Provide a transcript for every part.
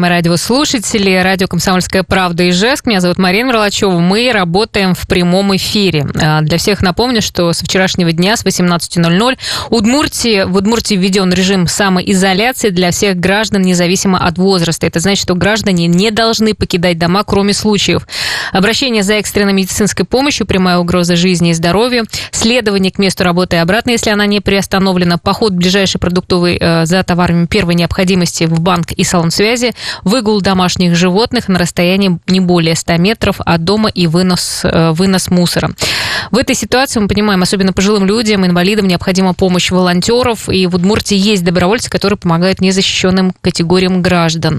уважаемые радиослушатели. Радио «Комсомольская правда» Ижевск. Меня зовут Марина Мерлачева. Мы работаем в прямом эфире. Для всех напомню, что со вчерашнего дня с 18:00 в Удмуртии введен режим самоизоляции для всех граждан, независимо от возраста. Это значит, что граждане не должны покидать дома, кроме случаев обращения за экстренной медицинской помощью, прямая угроза жизни и здоровью, следование к месту работы и обратно, если она не приостановлена, поход в ближайший продуктовый за товарами первой необходимости в банк и салон связи, выгул домашних животных на расстоянии не более 100 метров от дома и вынос мусора. В этой ситуации мы понимаем, особенно пожилым людям, инвалидам необходима помощь волонтеров, и в Удмуртии есть добровольцы, которые помогают незащищенным категориям граждан.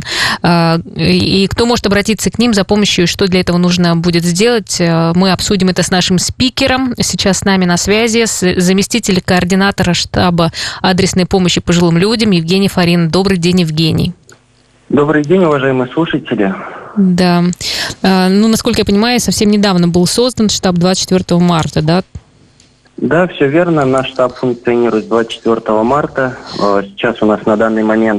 И кто может обратиться к ним за помощью, и что для этого нужно будет сделать, мы обсудим это с нашим спикером. Сейчас с нами на связи заместитель координатора штаба адресной помощи пожилым людям Евгений Фарин. Добрый день, Евгений. Добрый день, уважаемые слушатели. Да. Насколько я понимаю, совсем недавно был создан штаб 24 марта, да? Да, все верно. Наш штаб функционирует 24 марта. Сейчас у нас на данный момент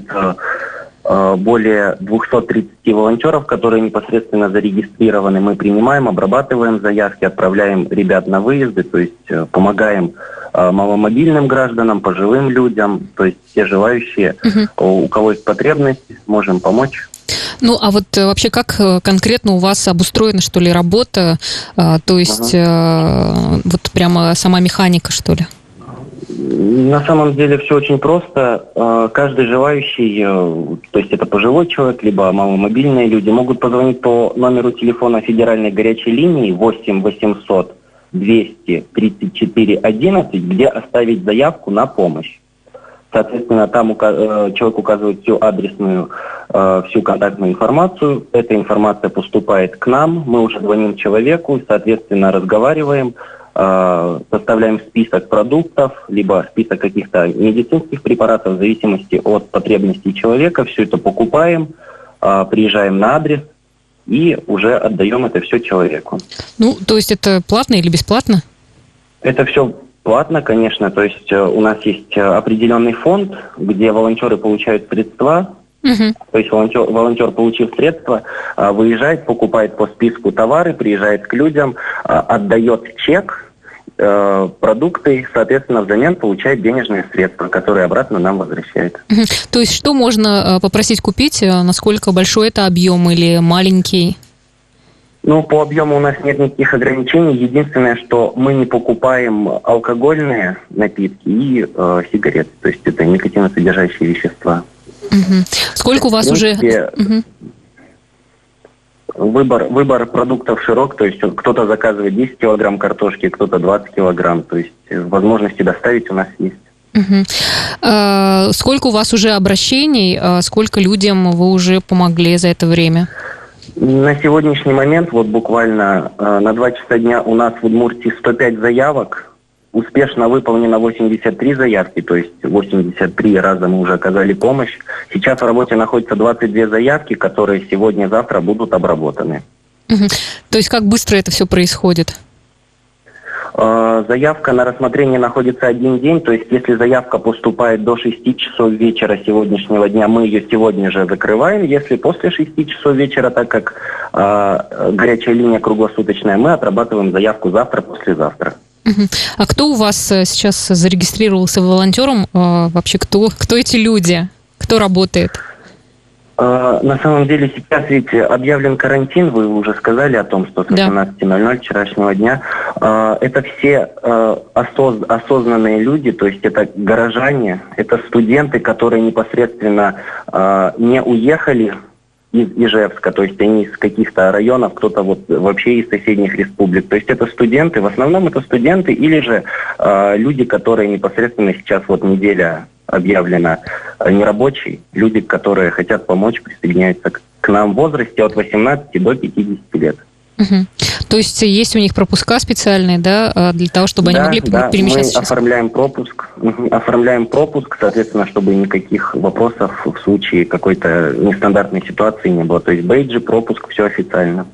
более 230 волонтеров, которые непосредственно зарегистрированы. Мы принимаем, обрабатываем заявки, отправляем ребят на выезды, то есть помогаем маломобильным гражданам, пожилым людям, то есть все желающие, у кого есть потребность, можем помочь. А вот вообще как конкретно у вас обустроена, что ли, работа, то есть вот прямо сама механика, что ли? На самом деле все очень просто. Каждый желающий, то есть это пожилой человек, либо маломобильные люди, могут позвонить по номеру телефона федеральной горячей линии 8 800 200 34 11, где оставить заявку на помощь. Соответственно, там человек указывает всю адресную, всю контактную информацию. Эта информация поступает к нам, мы уже звоним человеку, соответственно, разговариваем, составляем список продуктов, либо список каких-то медицинских препаратов в зависимости от потребностей человека. Все это покупаем, приезжаем на адрес и уже отдаем это все человеку. То есть это платно или бесплатно? Это все платно, конечно. То есть у нас есть определенный фонд, где волонтеры получают средства. То есть волонтер, получив средства, выезжает, покупает по списку товары, приезжает к людям, отдает чек, продукты, соответственно, взамен получает денежные средства, которые обратно нам возвращает. То есть что можно попросить купить? Насколько большой это объем или маленький? По объему у нас нет никаких ограничений. Единственное, что мы не покупаем алкогольные напитки и сигареты. То есть это никотиносодержащие вещества. Сколько у вас уже... Выбор продуктов широк, то есть кто-то заказывает 10 килограмм картошки, кто-то 20 килограмм, то есть возможности доставить у нас есть. Сколько у вас уже обращений, сколько людям вы уже помогли за это время? На сегодняшний момент, буквально на 2 часа дня у нас в Удмуртии 105 заявок, успешно выполнено 83 заявки, то есть 83 раза мы уже оказали помощь. Сейчас в работе находятся 22 заявки, которые сегодня-завтра будут обработаны. То есть как быстро это все происходит? Заявка на рассмотрение находится 1 день, то есть если заявка поступает до 6 часов вечера сегодняшнего дня, мы ее сегодня же закрываем. Если после 6 часов вечера, так как горячая линия круглосуточная, мы отрабатываем заявку завтра, послезавтра. А кто у вас сейчас зарегистрировался волонтером? Вообще, кто эти люди? Кто работает? На самом деле сейчас ведь объявлен карантин, вы уже сказали о том, что с 18:00 вчерашнего дня. Это все осознанные люди, то есть это горожане, это студенты, которые непосредственно не уехали из Ижевска, то есть они из каких-то районов, кто-то вообще из соседних республик. То есть это студенты, в основном это студенты или же люди, которые непосредственно сейчас неделя объявлена нерабочей, люди, которые хотят помочь, присоединяются к нам в возрасте от 18 до 50 лет. То есть есть у них пропуска специальные, да, для того, чтобы они могли перемещаться? Мы оформляем пропуск, соответственно, чтобы никаких вопросов в случае какой-то нестандартной ситуации не было. То есть бейджи, пропуск, все официально.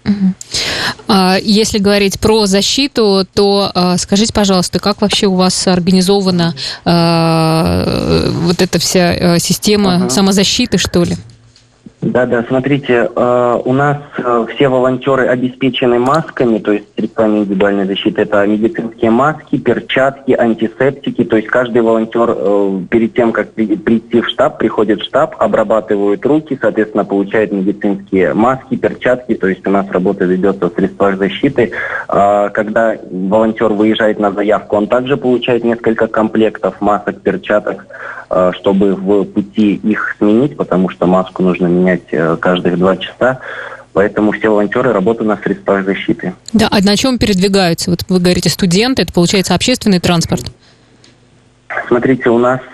Если говорить про защиту, то скажите, пожалуйста, как вообще у вас организована эта вся система самозащиты, что ли? Да, смотрите, у нас все волонтеры обеспечены масками, то есть средствами индивидуальной защиты. Это медицинские маски, перчатки, антисептики. То есть каждый волонтер перед тем, как прийти в штаб, приходит в штаб, обрабатывает руки, соответственно, получает медицинские маски, перчатки. То есть у нас работа ведется в средствах защиты. Когда волонтер выезжает на заявку, он также получает несколько комплектов масок, перчаток, чтобы в пути их сменить, потому что маску нужно менять каждых 2 часа. Поэтому все волонтеры работают на средствах защиты. Да, а на чем передвигаются? Вот вы говорите, студенты, это получается общественный транспорт? Смотрите, у нас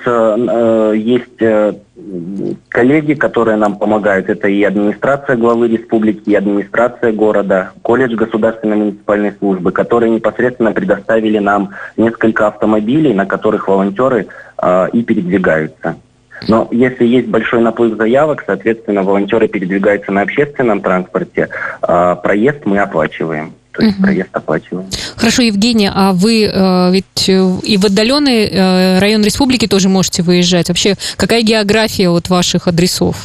есть коллеги, которые нам помогают. Это и администрация главы республики, и администрация города, колледж государственной муниципальной службы, которые непосредственно предоставили нам несколько автомобилей, на которых волонтеры и передвигаются. Но если есть большой наплыв заявок, соответственно, волонтеры передвигаются на общественном транспорте, проезд мы оплачиваем. То есть проезд оплачиваем. Хорошо, Евгений, а вы ведь и в отдаленный район республики тоже можете выезжать. Вообще, какая география от ваших адресов?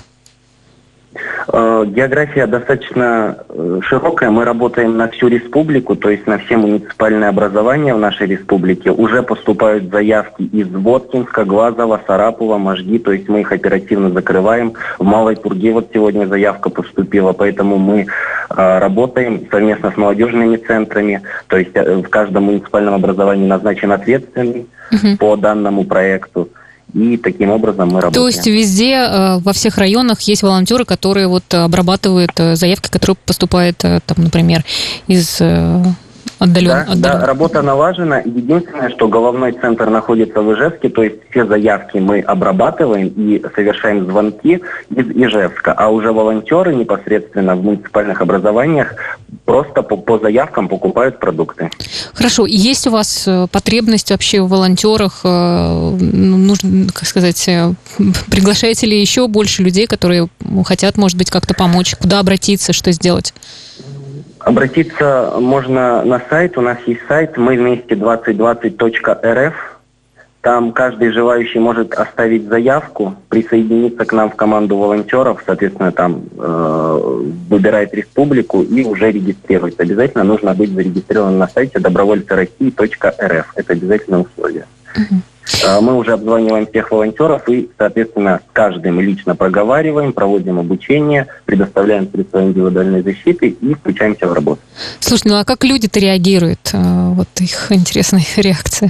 География достаточно широкая. Мы работаем на всю республику, то есть на все муниципальные образования в нашей республике. Уже поступают заявки из Воткинска, Глазова, Сарапова, Можги, то есть мы их оперативно закрываем. В Малой Пурге вот сегодня заявка поступила, поэтому мы работаем совместно с молодежными центрами, то есть в каждом муниципальном образовании назначен ответственный по данному проекту. И таким образом мы работаем. То есть везде, во всех районах есть волонтеры, которые вот обрабатывают заявки, которые поступают, там, например, из отдаленных. Да, работа налажена. Единственное, что головной центр находится в Ижевске, то есть все заявки мы обрабатываем и совершаем звонки из Ижевска, а уже волонтеры непосредственно в муниципальных образованиях просто по заявкам покупают продукты. Хорошо. Есть у вас потребность вообще в волонтерах? Нужно, как сказать, приглашаете ли еще больше людей, которые хотят, может быть, как-то помочь? Куда обратиться, что сделать? Обратиться можно на сайт. У нас есть сайт мы-вместе2020.рф. Там каждый желающий может оставить заявку, присоединиться к нам в команду волонтеров, соответственно, там выбирает республику и уже регистрируется. Обязательно нужно быть зарегистрированным на сайте добровольцероссии.рф. Это обязательное условие. Мы уже обзваниваем всех волонтеров и, соответственно, с каждым лично проговариваем, проводим обучение, предоставляем средства индивидуальной защиты и включаемся в работу. Слушай, ну а как люди-то реагируют? Вот их интересная реакция.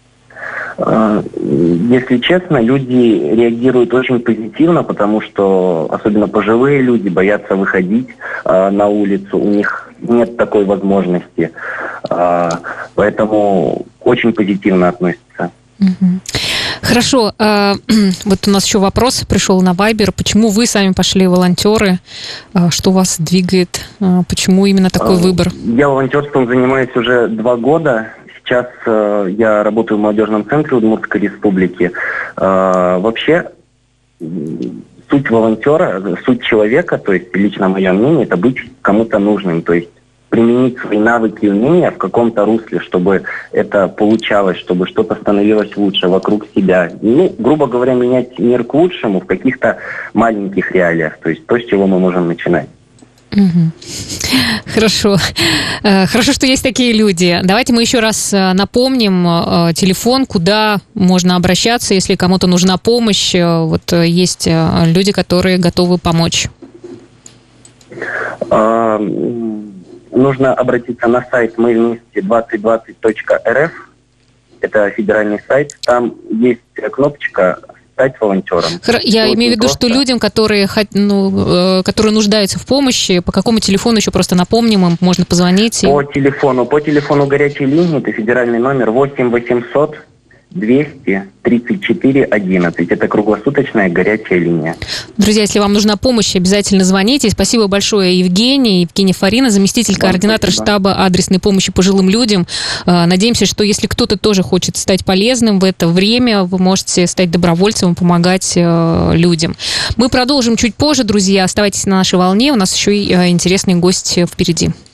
Если честно, люди реагируют очень позитивно, потому что особенно пожилые люди боятся выходить на улицу, у них нет такой возможности, поэтому очень позитивно относятся. Хорошо. Вот у нас еще вопрос пришел на Viber. Почему вы сами пошли волонтеры? Что вас двигает? Почему именно такой выбор? Я волонтерством занимаюсь уже 2 года. Сейчас я работаю в молодежном центре Удмуртской республики. Вообще, суть волонтера, суть человека, то есть лично мое мнение, это быть кому-то нужным. То есть применить свои навыки и умения в каком-то русле, чтобы это получалось, чтобы что-то становилось лучше вокруг себя. Ну, грубо говоря, менять мир к лучшему в каких-то маленьких реалиях. То есть то, с чего мы можем начинать. Хорошо. Хорошо, что есть такие люди. Давайте мы еще раз напомним телефон, куда можно обращаться, если кому-то нужна помощь. Вот есть люди, которые готовы помочь. Нужно обратиться на сайт мы-вместе2020.рф. Это федеральный сайт. Там есть кнопочка «Стать волонтером». Я имею в виду, что людям, которые нуждаются в помощи, по какому телефону еще просто напомним, им можно позвонить? По телефону горячей линии, это федеральный номер 8-800-200-34-11. Это круглосуточная горячая линия. Друзья, если вам нужна помощь, обязательно звоните. Спасибо большое, Евгений Фарина, заместитель координатора штаба адресной помощи пожилым людям. Надеемся, что если кто-то тоже хочет стать полезным в это время, вы можете стать добровольцем и помогать людям. Мы продолжим чуть позже, друзья. Оставайтесь на нашей волне. У нас еще и интересный гость впереди.